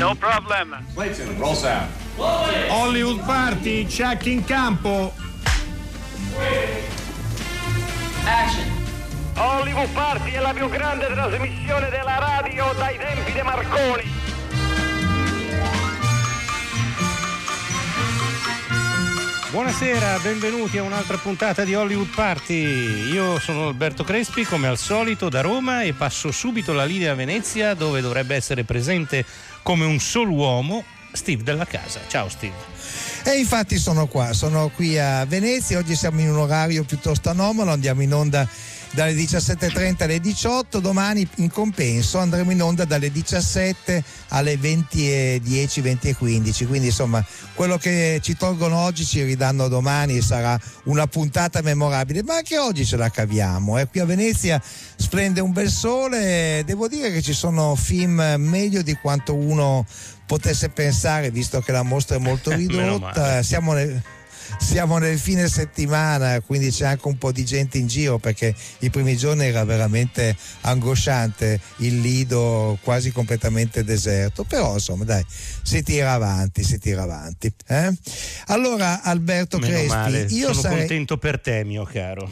No problem. Clayton, roll sound. Hollywood Party, check in campo. Action. Hollywood Party è la più grande trasmissione della radio dai tempi di Marconi. Buonasera, benvenuti a un'altra puntata di Hollywood Party. Io sono Alberto Crespi, come al solito da Roma, e passo subito la linea a Venezia, dove dovrebbe essere presente come un solo uomo Steve Della Casa. Ciao Steve. E infatti sono qui a Venezia. Oggi siamo in un orario piuttosto anomalo, andiamo in onda dalle 17:30 alle 18, domani in compenso andremo in onda dalle 17 alle 20:10, 20:15, quindi insomma quello che ci tolgono oggi ci ridanno domani, sarà una puntata memorabile, ma anche oggi ce la caviamo. Qui a Venezia splende un bel sole, devo dire che ci sono film meglio di quanto uno potesse pensare, visto che la mostra è molto ridotta. Siamo nel fine settimana, quindi c'è anche un po' di gente in giro, perché i primi giorni era veramente angosciante, il Lido quasi completamente deserto, però insomma dai, si tira avanti. Allora Alberto Crespi, io sono sarei contento per te, mio caro.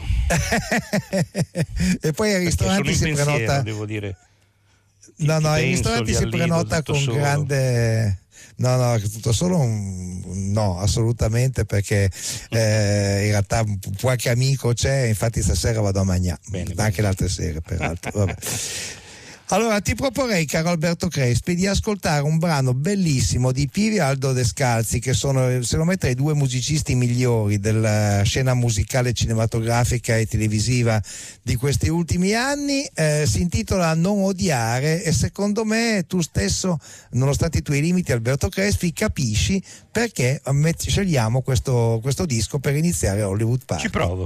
E poi ai ristoranti si prenota, devo dire. No, ai ristoranti si prenota con solo. Grande. No, tutto solo no, assolutamente, perché in realtà qualche amico c'è, infatti stasera vado a mangiare, anche le altre sere peraltro. Vabbè. Allora ti proporrei, caro Alberto Crespi, di ascoltare un brano bellissimo di Pivi e Aldo Descalzi, che sono secondo me tra i due musicisti migliori della scena musicale cinematografica e televisiva di questi ultimi anni. Si intitola Non odiare, e secondo me tu stesso, nonostante i tuoi limiti, Alberto Crespi, capisci perché scegliamo questo disco per iniziare Hollywood Party. Ci provo.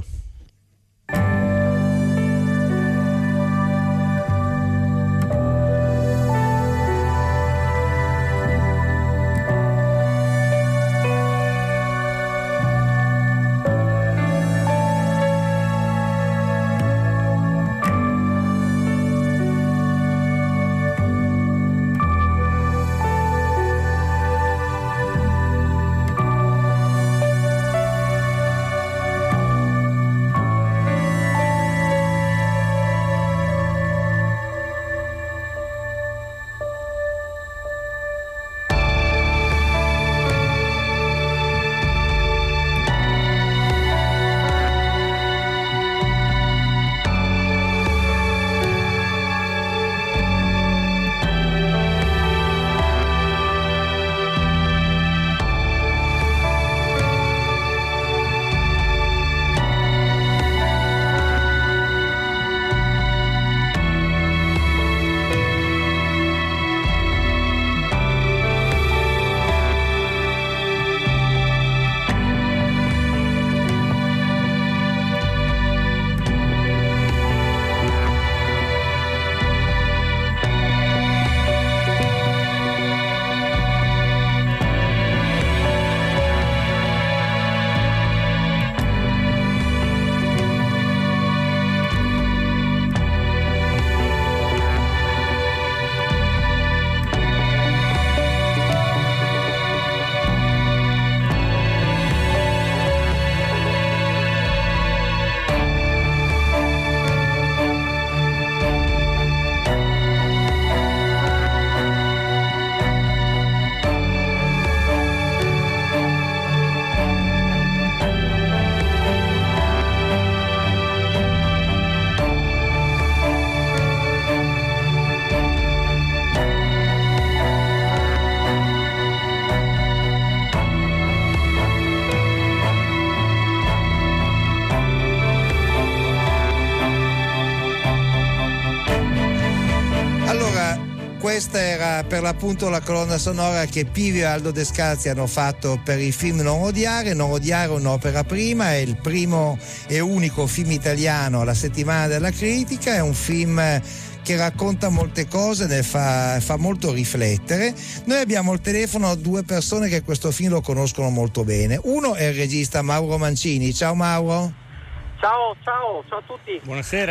Questa era per l'appunto la colonna sonora che Pivi e Aldo Descalzi hanno fatto per il film Non odiare. Non odiare, un'opera prima, è il primo e unico film italiano alla settimana della critica, è un film che racconta molte cose, ne fa molto riflettere. Noi abbiamo al telefono due persone che questo film lo conoscono molto bene. Uno è il regista Mauro Mancini. Ciao Mauro. Ciao a tutti. Buonasera.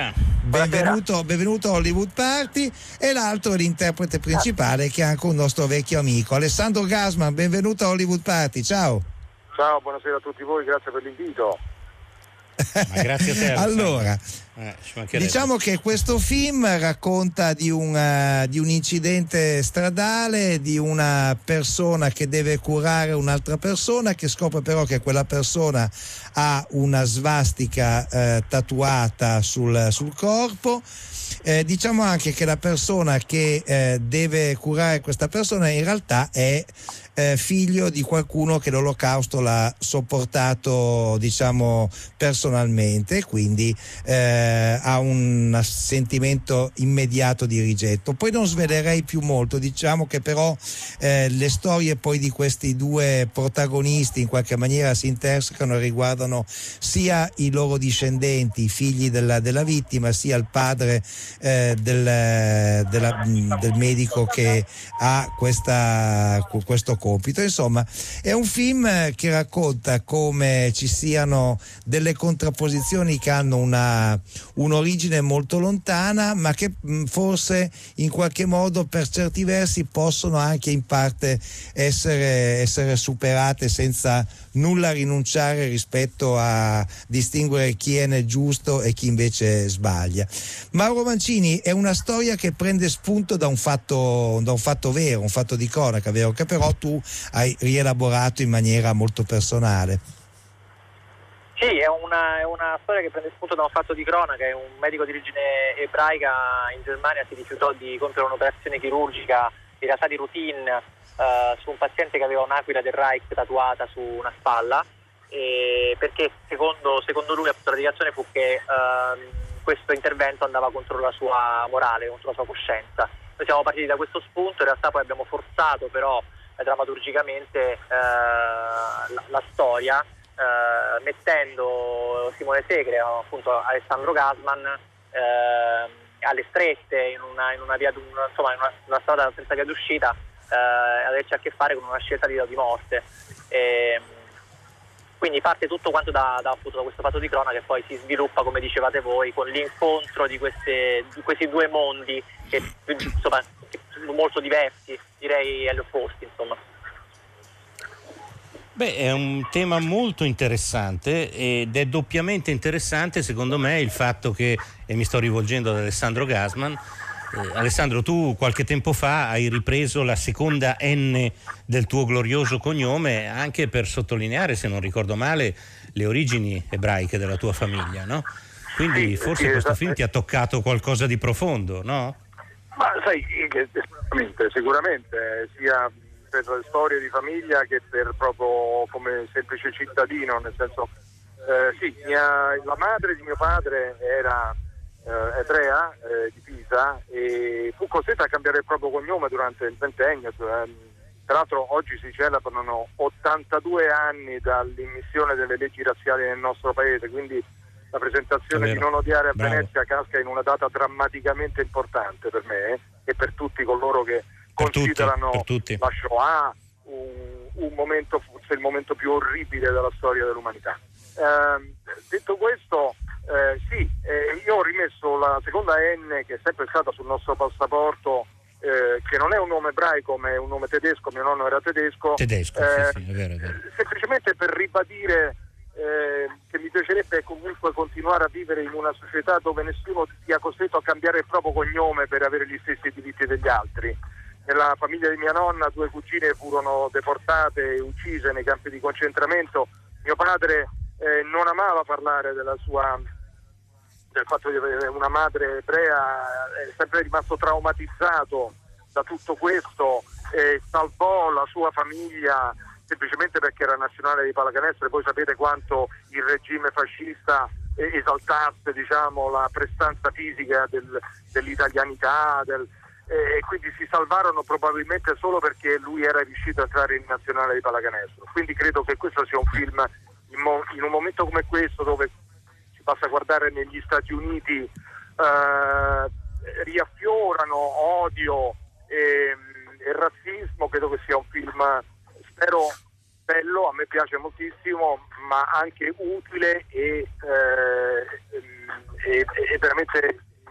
benvenuto a Hollywood Party, e l'altro è l'interprete principale, che è anche un nostro vecchio amico, Alessandro Gasman. Benvenuto a Hollywood Party, ciao. Ciao, buonasera a tutti voi, grazie per l'invito. Ma grazie a te. Allora, diciamo che questo film racconta di un incidente stradale, di una persona che deve curare un'altra persona, che scopre però che quella persona ha una svastica tatuata sul corpo. Diciamo anche che la persona che deve curare questa persona in realtà è figlio di qualcuno che l'Olocausto l'ha sopportato, diciamo, personalmente, quindi ha un sentimento immediato di rigetto. Poi non svelerei più molto, diciamo che però le storie poi di questi due protagonisti in qualche maniera si intersecano e riguardano sia i loro discendenti, i figli della vittima, sia il padre del medico che ha questo compito. Insomma, è un film che racconta come ci siano delle contrapposizioni che hanno un'origine molto lontana, ma che forse in qualche modo per certi versi possono anche in parte essere superate senza nulla rinunciare rispetto a distinguere chi è nel giusto e chi invece sbaglia. Mauro Mancini, è una storia che prende spunto da un fatto vero, un fatto di cronaca vero, che però tu hai rielaborato in maniera molto personale. Sì, è una storia che prende spunto da un fatto di cronaca. Un medico di origine ebraica in Germania si rifiutò di compiere un'operazione chirurgica, in realtà di routine, su un paziente che aveva un'aquila del Reich tatuata su una spalla, perché secondo lui la dichiarazione fu che questo intervento andava contro la sua morale, contro la sua coscienza. Noi siamo partiti da questo spunto, in realtà poi abbiamo forzato però drammaturgicamente la storia, mettendo Simone Segre, appunto Alessandro Gasman, alle strette in una via, insomma in una strada senza via d'uscita, ad averci a che fare con una scelta di vita o di morte. Quindi parte tutto quanto da questo fatto di cronaca, che poi si sviluppa, come dicevate voi, con l'incontro di questi due mondi che insomma sono molto diversi, direi agli opposti, insomma. Beh, è un tema molto interessante, ed è doppiamente interessante secondo me il fatto che, e mi sto rivolgendo ad Alessandro Gasman, Alessandro, tu qualche tempo fa hai ripreso la seconda N del tuo glorioso cognome, anche per sottolineare, se non ricordo male, le origini ebraiche della tua famiglia, no? Quindi forse questo film ti ha toccato qualcosa di profondo, no? Ma sai, sicuramente, sia per storie di famiglia che per proprio come semplice cittadino, nel senso, la madre di mio padre era ebrea di Pisa, e fu costretta a cambiare il proprio cognome durante il ventennio. Tra l'altro oggi si celebrano 82 anni dall'immissione delle leggi razziali nel nostro paese, quindi la presentazione di Non odiare a Venezia casca in una data drammaticamente importante per me e per tutti coloro che considerano la Shoah un momento, forse il momento più orribile della storia dell'umanità. Detto questo, io ho rimesso la seconda N, che è sempre stata sul nostro passaporto, che non è un nome ebraico ma è un nome tedesco. Mio nonno era tedesco, sì, è vero. Semplicemente per ribadire che mi piacerebbe comunque continuare a vivere in una società dove nessuno sia costretto a cambiare il proprio cognome per avere gli stessi diritti degli altri. Nella famiglia di mia nonna 2 cugine furono deportate e uccise nei campi di concentramento. Mio padre non amava parlare del fatto di avere una madre ebrea, è sempre rimasto traumatizzato da tutto questo, salvò la sua famiglia semplicemente perché era nazionale di pallacanestro, e poi sapete quanto il regime fascista esaltasse, diciamo, la prestanza fisica dell'italianità, e quindi si salvarono probabilmente solo perché lui era riuscito a entrare in nazionale di pallacanestro. Quindi credo che questo sia un film in un momento come questo, dove si basta guardare negli Stati Uniti, riaffiorano odio e razzismo. Credo che sia un film, spero, bello, a me piace moltissimo, ma anche utile e veramente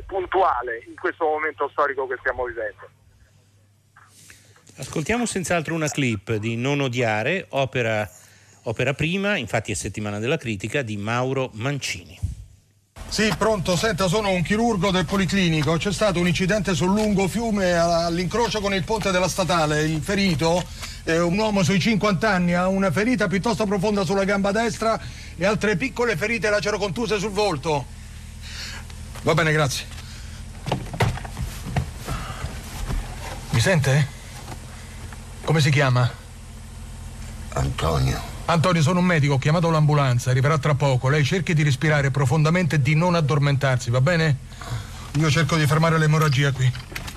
puntuale in questo momento storico che stiamo vivendo. Ascoltiamo senz'altro una clip di Non odiare, opera prima, infatti è settimana della critica, di Mauro Mancini. Sì, pronto, senta, sono un chirurgo del Policlinico. C'è stato un incidente sul lungo fiume all'incrocio con il ponte della Statale. Il ferito è un uomo sui 50 anni, ha una ferita piuttosto profonda sulla gamba destra e altre piccole ferite lacerocontuse sul volto. Va bene, grazie. Mi sente? Come si chiama? Antonio. Antonio, sono un medico, ho chiamato l'ambulanza, arriverà tra poco. Lei cerchi di respirare profondamente e di non addormentarsi, va bene? Io cerco di fermare l'emorragia qui.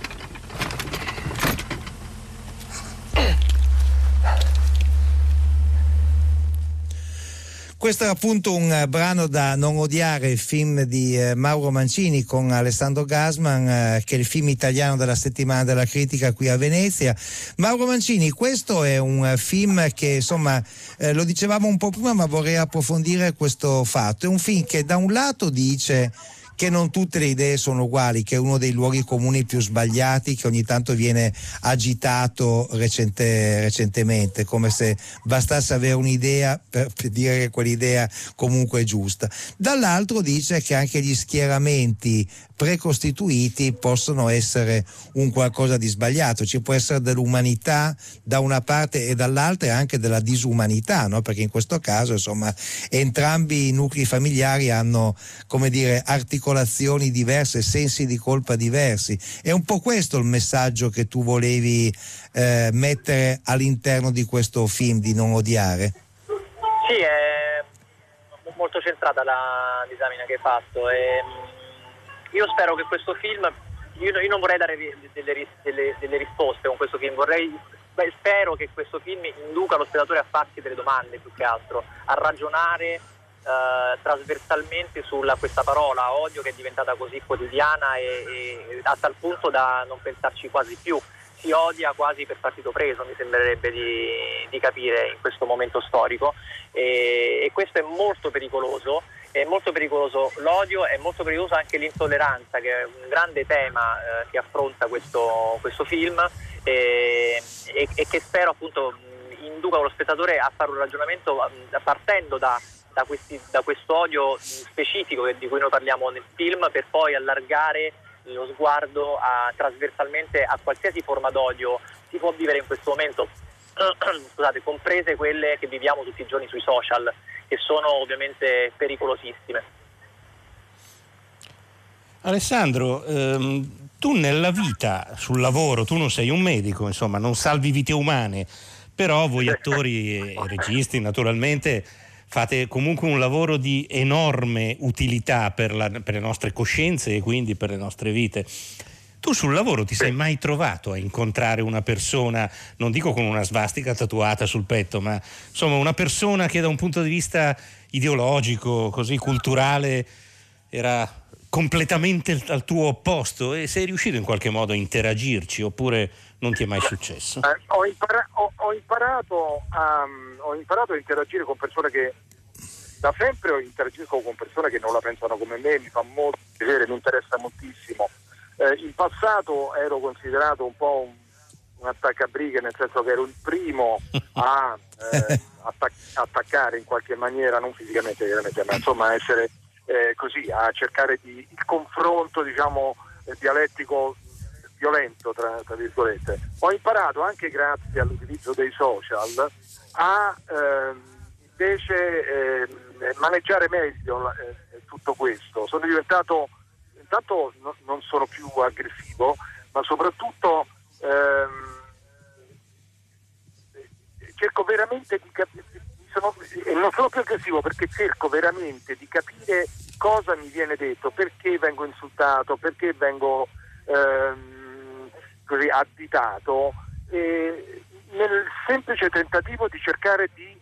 Questo era appunto un brano da Non odiare, il film di Mauro Mancini con Alessandro Gasman, che è il film italiano della settimana della critica qui a Venezia. Mauro Mancini, questo è un film che insomma lo dicevamo un po' prima, ma vorrei approfondire questo fatto. È un film che da un lato dice che non tutte le idee sono uguali, che è uno dei luoghi comuni più sbagliati, che ogni tanto viene agitato recentemente, come se bastasse avere un'idea per dire che quell'idea comunque è giusta. Dall'altro dice che anche gli schieramenti precostituiti possono essere un qualcosa di sbagliato, ci può essere dell'umanità da una parte e dall'altra e anche della disumanità, no? Perché in questo caso insomma entrambi i nuclei familiari hanno, come dire, articolazioni diverse, sensi di colpa diversi. È un po' questo il messaggio che tu volevi mettere all'interno di questo film di Non odiare? Sì, è molto centrata la disamina che hai fatto. Io spero che questo film, io non vorrei dare delle risposte con questo film, spero che questo film induca lo spettatore a farsi delle domande, più che altro, a ragionare trasversalmente sulla questa parola odio, che è diventata così quotidiana e a tal punto da non pensarci quasi più. Si odia quasi per partito preso, mi sembrerebbe di capire in questo momento storico, e questo è molto pericoloso. È molto pericoloso l'odio, è molto pericoloso anche l'intolleranza, che è un grande tema che affronta questo film e che spero appunto induca lo spettatore a fare un ragionamento partendo da questo odio specifico di cui noi parliamo nel film, per poi allargare lo sguardo trasversalmente a qualsiasi forma d'odio si può vivere in questo momento, scusate, comprese quelle che viviamo tutti i giorni sui social, che sono ovviamente pericolosissime. Alessandro, tu nella vita, sul lavoro, tu non sei un medico, insomma, non salvi vite umane, però voi attori e registi naturalmente fate comunque un lavoro di enorme utilità per le nostre coscienze e quindi per le nostre vite. Tu sul lavoro ti sei mai trovato a incontrare una persona, non dico con una svastica tatuata sul petto, ma insomma una persona che da un punto di vista ideologico, così culturale, era completamente al tuo opposto, e sei riuscito in qualche modo a interagirci, oppure non ti è mai successo? Ho imparato a interagire con persone che da sempre interagisco con persone che non la pensano come me, mi fa molto piacere, mi interessa moltissimo. In passato ero considerato un po' un attaccabrighe, nel senso che ero il primo a attaccare in qualche maniera, non fisicamente chiaramente, ma insomma essere così, a cercare il confronto, diciamo, dialettico violento, tra virgolette. Ho imparato anche grazie all'utilizzo dei social a invece maneggiare meglio tutto questo. Sono diventato, intanto non sono più aggressivo, ma soprattutto cerco veramente di capire, non sono più aggressivo perché cerco veramente di capire cosa mi viene detto, perché vengo insultato, perché vengo così additato, nel semplice tentativo di cercare di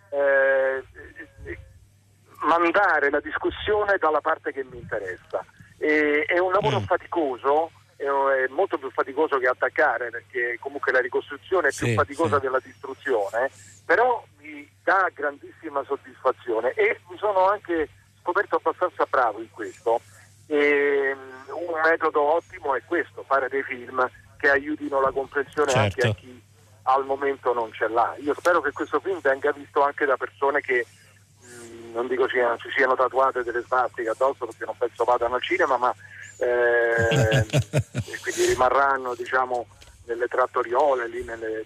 mandare la discussione dalla parte che mi interessa. È un lavoro faticoso, è molto più faticoso che attaccare, perché comunque la ricostruzione è più faticosa della distruzione, però mi dà grandissima soddisfazione e mi sono anche scoperto abbastanza bravo in questo. E un metodo ottimo è questo, fare dei film che aiutino la comprensione anche a chi al momento non ce l'ha. Io spero che questo film venga visto anche da persone che non dico ci siano tatuate delle svastiche addosso, perché non penso vadano al cinema, ma quindi rimarranno, diciamo, nelle trattoriole, lì nelle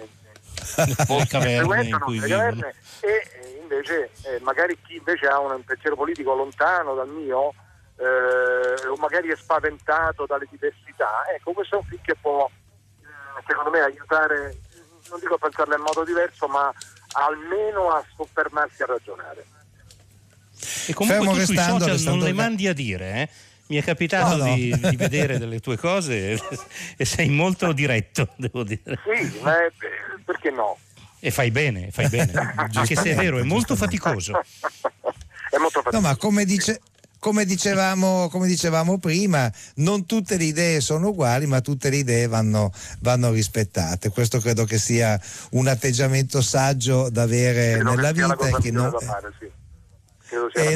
caverne, e invece magari chi invece ha un pensiero politico lontano dal mio, o magari è spaventato dalle diversità, ecco, questo è un film che può, secondo me, aiutare, non dico a pensarle in modo diverso, ma almeno a soffermarsi a ragionare. E comunque tu sui social non le mandi a dire, Mi è capitato di vedere delle tue cose e sei molto diretto, devo dire. Sì, ma perché no? E fai bene, anche se è vero, è molto faticoso. È molto faticoso. No, ma come dicevamo prima, non tutte le idee sono uguali, ma tutte le idee vanno rispettate. Questo credo che sia un atteggiamento saggio da avere nella vita, e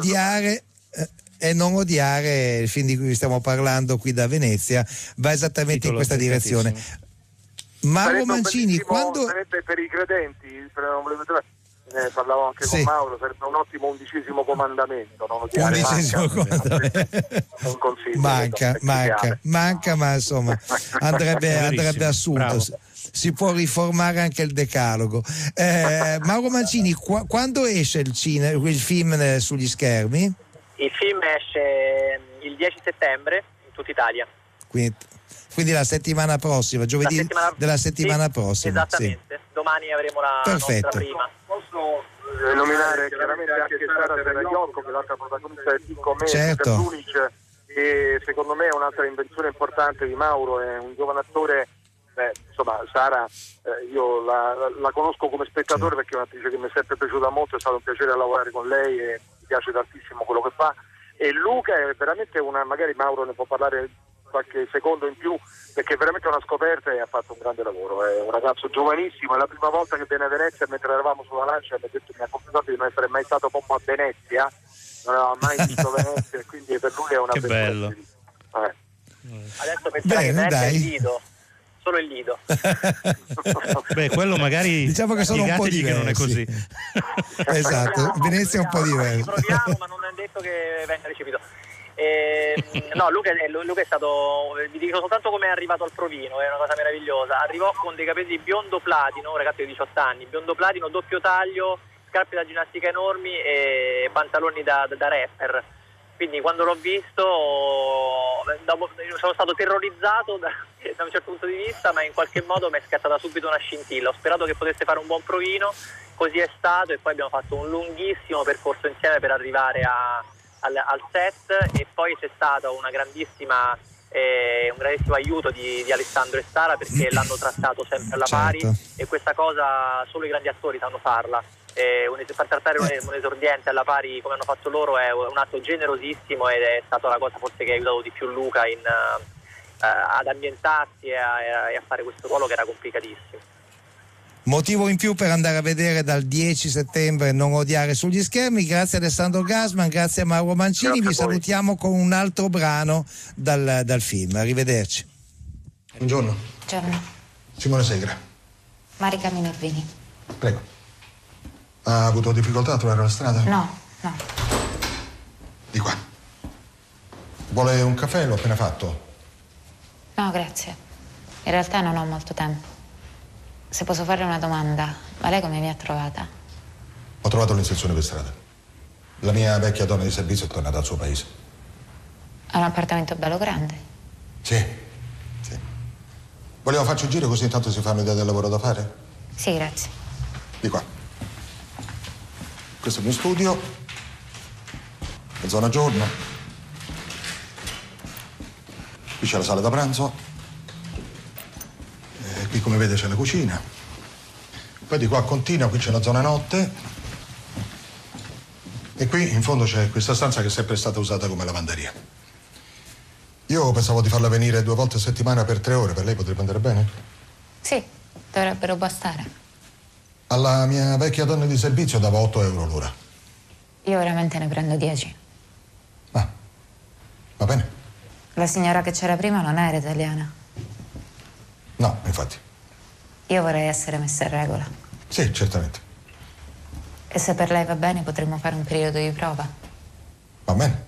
non odiare il film di cui stiamo parlando qui da Venezia, va esattamente in questa direzione. Mauro Mancini, quando sarebbe per i credenti, ne parlavo anche con Mauro, sarebbe un ottimo 11° comandamento, non odiare, 11° comandamento. Un consiglio, manca, ma insomma andrebbe assunto. Bravo. Si può riformare anche il decalogo. Mauro Mancini, quando esce il film sugli schermi? Il film esce il 10 settembre in tutta Italia. Quindi la settimana prossima, giovedì della settimana prossima. Esattamente. Sì. Domani avremo la nostra prima. Posso nominare chiaramente anche Sara Serraiocco, che è l'altra protagonista del film con me, certo. Peter, e secondo me è un'altra invenzione importante di Mauro, è un giovane attore. Insomma, Sara, io la conosco come spettatore, perché è un'attrice che mi è sempre piaciuta molto, è stato un piacere lavorare con lei e mi piace tantissimo quello che fa. E Luca è veramente magari Mauro ne può parlare qualche secondo in più, perché è veramente una scoperta e ha fatto un grande lavoro. È un ragazzo giovanissimo, è la prima volta che viene a Venezia, mentre eravamo sulla Lancia mi ha confessato di non essere mai stato proprio a Venezia, non aveva mai visto Venezia, e quindi per lui è una che bello. Adesso pensare che Venezia è il Lido. Solo il Lido. Beh, quello magari diciamo che sono un po' diversi. Che non è così. Esatto, Venezia è un po' diverso. Proviamo, ma non è detto che venga recepito. No, Luca è stato, vi dico soltanto come è arrivato al provino, è una cosa meravigliosa. Arrivò con dei capelli biondo platino, un ragazzo di 18 anni, biondo platino, doppio taglio, scarpe da ginnastica enormi e pantaloni da rapper. Quindi quando l'ho visto sono stato terrorizzato da un certo punto di vista, ma in qualche modo mi è scattata subito una scintilla. Ho sperato che potesse fare un buon provino, così è stato, e poi abbiamo fatto un lunghissimo percorso insieme per arrivare al set, e poi c'è stato un grandissimo aiuto di Alessandro e Sara, perché l'hanno trattato sempre alla pari, e questa cosa solo i grandi attori sanno farla. Far trattare un esordiente alla pari come hanno fatto loro è un atto generosissimo, ed è stata la cosa forse che ha aiutato di più Luca ad ambientarsi e a fare questo ruolo che era complicatissimo. Motivo in più per andare a vedere dal 10 settembre Non odiare sugli schermi. Grazie Alessandro Gassman, grazie a Mauro Mancini. Vi salutiamo con un altro brano dal film. Arrivederci. Buongiorno. Buongiorno. Simone Segra. Marica Minervini. Prego. Ha avuto difficoltà a trovare la strada? No. Di qua. Vuole un caffè? L'ho appena fatto. No, grazie. In realtà non ho molto tempo. Se posso fare una domanda, ma lei come mi ha trovata? Ho trovato l'inserzione per strada. La mia vecchia donna di servizio è tornata al suo paese. Ha un appartamento bello grande? Sì. Volevo farci un giro così intanto si fa un'idea del lavoro da fare? Sì, grazie. Di qua. Questo è il mio studio. La zona giorno. Qui c'è la sala da pranzo. Qui come vede c'è la cucina. Poi di qua continua, qui c'è la zona notte. E qui in fondo c'è questa stanza che è sempre stata usata come lavanderia. Io pensavo di farla venire 2 volte a settimana per 3 ore, per lei potrebbe andare bene? Sì, dovrebbero bastare. Alla mia vecchia donna di servizio dava 8 euro l'ora. Io veramente ne prendo 10. Va bene? La signora che c'era prima non era italiana. No, infatti. Io vorrei essere messa in regola. Sì, certamente. E se per lei va bene potremmo fare un periodo di prova. Va bene.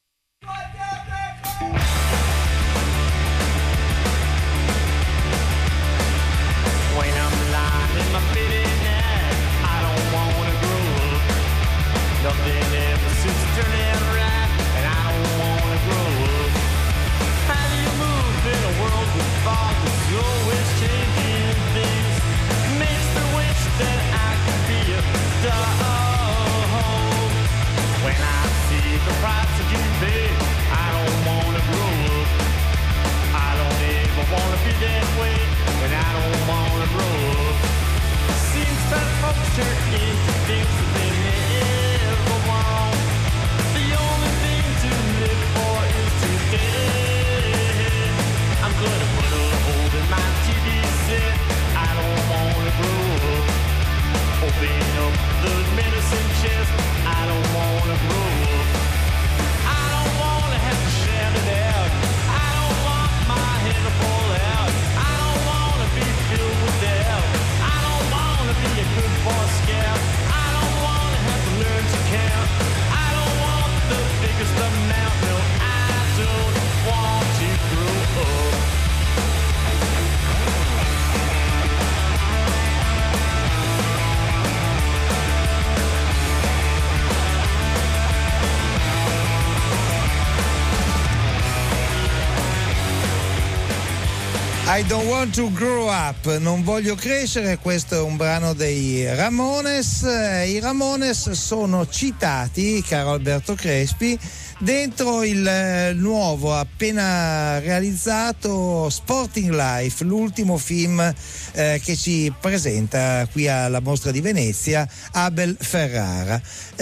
I don't want to grow up, non voglio crescere. Questo è un brano dei Ramones. I Ramones sono citati, caro Alberto Crespi, dentro il nuovo appena realizzato Sporting Life, l'ultimo film che ci presenta qui alla Mostra di Venezia Abel Ferrara.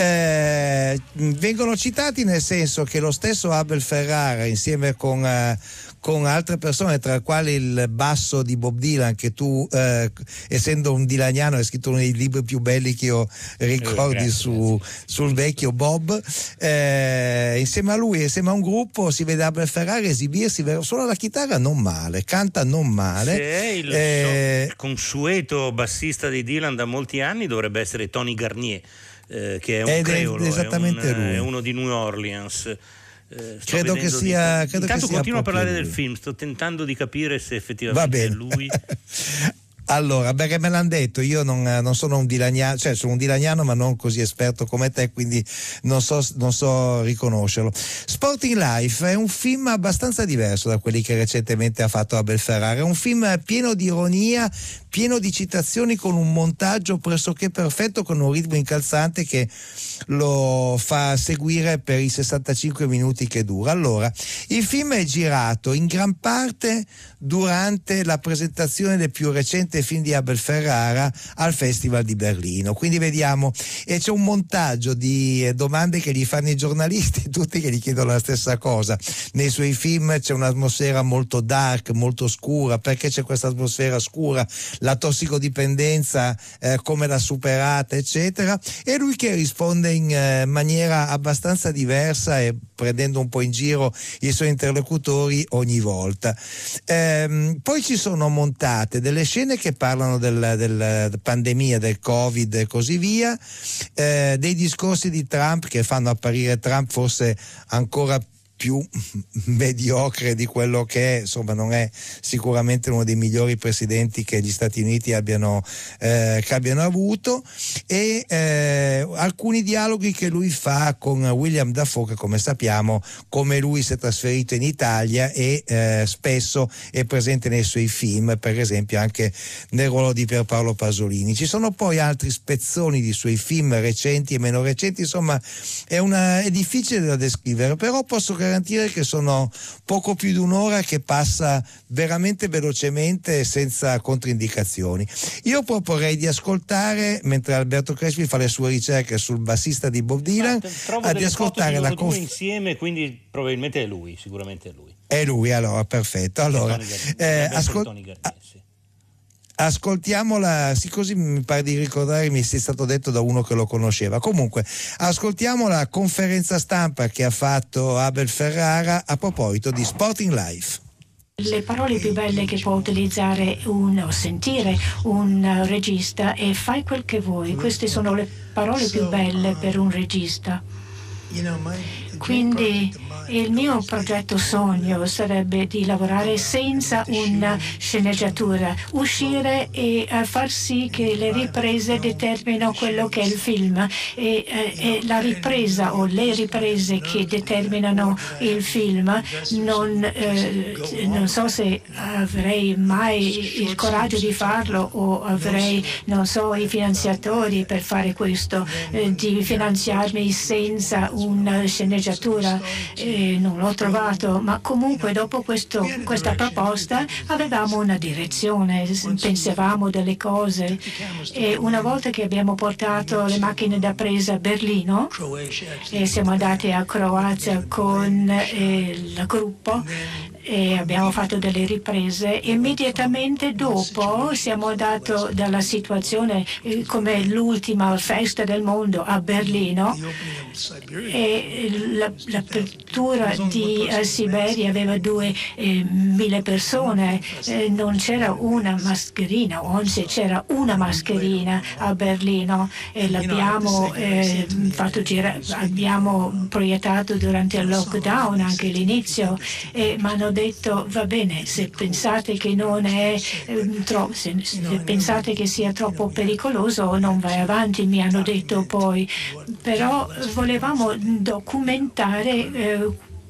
Vengono citati nel senso che lo stesso Abel Ferrara, insieme con altre persone, tra le quali il basso di Bob Dylan, che tu essendo un dilaniano hai scritto uno dei libri più belli che io ricordi sul vecchio Bob, insieme a lui, insieme a un gruppo, si vede Abel Ferrara esibirsi, suona la chitarra non male, canta non male. Se è il consueto bassista di Dylan da molti anni dovrebbe essere Tony Garnier, che è un creolo, esattamente lui. È uno di New Orleans. Credo che sia intanto continuo a parlare lui. del film, sto tentando di capire se effettivamente è lui. Allora, perché me l'hanno detto, io non sono un dilaniano, cioè sono un dilaniano ma non così esperto come te, quindi non so riconoscerlo. Sporting Life è un film abbastanza diverso da quelli che recentemente ha fatto Abel Ferrara, è un film pieno di ironia, pieno di citazioni, con un montaggio pressoché perfetto, con un ritmo incalzante che lo fa seguire per i 65 minuti che dura. Allora, il film è girato in gran parte durante la presentazione del più recente film di Abel Ferrara al Festival di Berlino, quindi vediamo, e c'è un montaggio di domande che gli fanno i giornalisti, tutti che gli chiedono la stessa cosa. Nei suoi film c'è un'atmosfera molto dark, molto scura. Perché c'è questa atmosfera scura? La tossicodipendenza, come l'ha superata, eccetera, e lui che risponde in maniera abbastanza diversa e prendendo un po' in giro i suoi interlocutori ogni volta. Poi ci sono montate delle scene che parlano della pandemia, del Covid e così via, dei discorsi di Trump che fanno apparire Trump forse ancora più mediocre di quello che è, insomma non è sicuramente uno dei migliori presidenti che gli Stati Uniti abbiano avuto, e alcuni dialoghi che lui fa con William Dafoe, che come sappiamo, come lui si è trasferito in Italia e spesso è presente nei suoi film, per esempio anche nel ruolo di Pierpaolo Pasolini. Ci sono poi altri spezzoni di suoi film recenti e meno recenti, insomma è difficile da descrivere, però posso garantire che sono poco più di un'ora che passa veramente velocemente senza controindicazioni. Io proporrei di ascoltare, mentre Alberto Crespi fa le sue ricerche sul bassista di Bob Dylan, di ascoltare la insieme, quindi probabilmente è lui, sicuramente è lui. È lui, allora perfetto. Allora Ascoltiamola, sì, così mi pare di ricordare, mi sia stato detto da uno che lo conosceva. Comunque, ascoltiamo la conferenza stampa che ha fatto Abel Ferrara a proposito di Sporting Life. Le parole più belle che può utilizzare sentire un regista è fai quel che vuoi. Queste sono le parole più belle per un regista. Quindi il mio progetto sogno sarebbe di lavorare senza una sceneggiatura, uscire e far sì che le riprese determinino quello che è il film e la ripresa o le riprese che determinano il film. Non so se avrei mai il coraggio di farlo o avrei, non so, i finanziatori per fare questo, di finanziarmi senza una sceneggiatura. Non l'ho trovato, ma comunque dopo questa proposta avevamo una direzione, pensavamo delle cose e una volta che abbiamo portato le macchine da presa a Berlino e siamo andati a Croazia con il gruppo e abbiamo fatto delle riprese, immediatamente dopo siamo andati dalla situazione come l'ultima festa del mondo a Berlino e l'apertura di Siberia aveva 2.000 persone, non c'era una mascherina, o anzi c'era una mascherina a Berlino e l'abbiamo fatto girare, abbiamo proiettato durante il lockdown anche l'inizio ma hanno detto va bene, se pensate che non è se pensate che sia troppo pericoloso non vai avanti, mi hanno detto poi, però volevamo documentare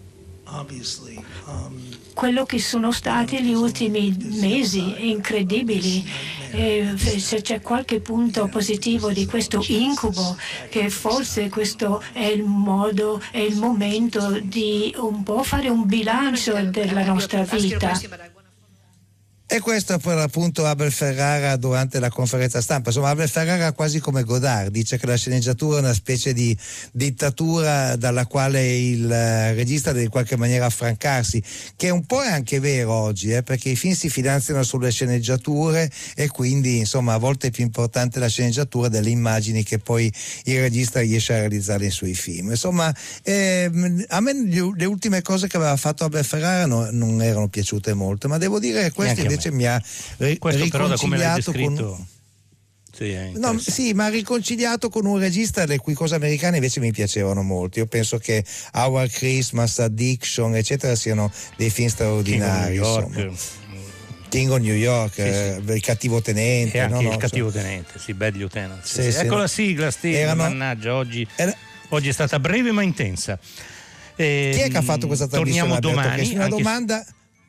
quello che sono stati gli ultimi mesi incredibili. Se c'è qualche punto positivo di questo incubo, che forse questo è il modo, è il momento di un po' fare un bilancio della nostra vita. E questo per appunto Abel Ferrara durante la conferenza stampa. Insomma, Abel Ferrara quasi come Godard dice che la sceneggiatura è una specie di dittatura dalla quale il regista deve in qualche maniera affrancarsi, che un po' è anche vero oggi, perché i film si finanziano sulle sceneggiature e quindi insomma a volte è più importante la sceneggiatura delle immagini che poi il regista riesce a realizzare nei suoi film. Insomma, a me le ultime cose che aveva fatto Abel Ferrara non erano piaciute molto, ma devo dire che questo invece mi ha riconciliato con sì, ma riconciliato con un regista le cui cose americane invece mi piacevano molto. Io penso che Our Christmas, Addiction eccetera siano dei film straordinari. King of New York, sì. Il cattivo tenente, il cattivo tenente, sì, Bad Lieutenant. Sì. Ecco la sigla, Steve, mannaggia, oggi è stata breve ma intensa. Chi è che ha fatto questa trasmissione? Torniamo domani. Una domanda.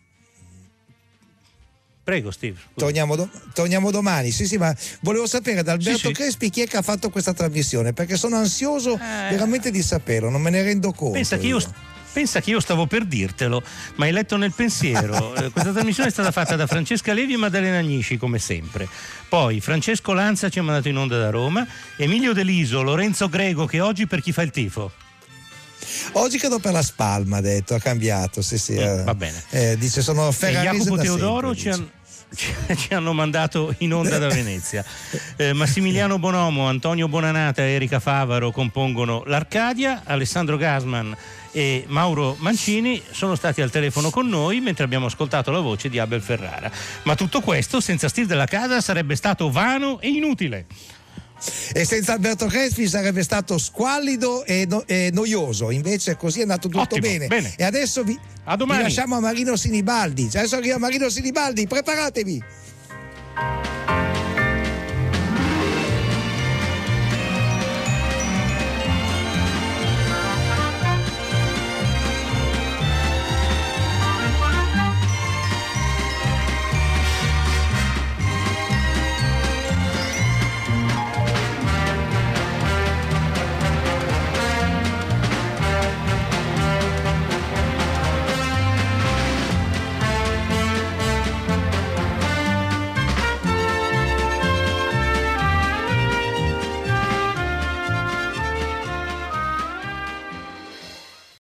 Prego Steve. Torniamo domani. Sì, ma volevo sapere da Alberto Crespi chi è che ha fatto questa trasmissione, perché sono ansioso veramente di saperlo, non me ne rendo conto. Pensa che io stavo per dirtelo, ma hai letto nel pensiero. Questa trasmissione è stata fatta da Francesca Levi e Maddalena Agnisci, come sempre. Poi Francesco Lanza ci ha mandato in onda da Roma, Emilio Deliso, Lorenzo Grego, che oggi per chi fa il tifo? Oggi credo per la Spalma, ha detto, ha cambiato. Sì, va bene. Dice sono ferrarese. Jacopo da Teodoro sempre, ci hanno mandato in onda da Venezia. Massimiliano Bonomo, Antonio Bonanata e Erika Favaro compongono l'Arcadia. Alessandro Gasman e Mauro Mancini sono stati al telefono con noi mentre abbiamo ascoltato la voce di Abel Ferrara. Ma tutto questo senza Steve Della Casa sarebbe stato vano e inutile. E senza Alberto Crespi sarebbe stato squallido e noioso, invece così è andato tutto bene. E adesso vi lasciamo a Marino Sinibaldi. Adesso arriva Marino Sinibaldi, preparatevi.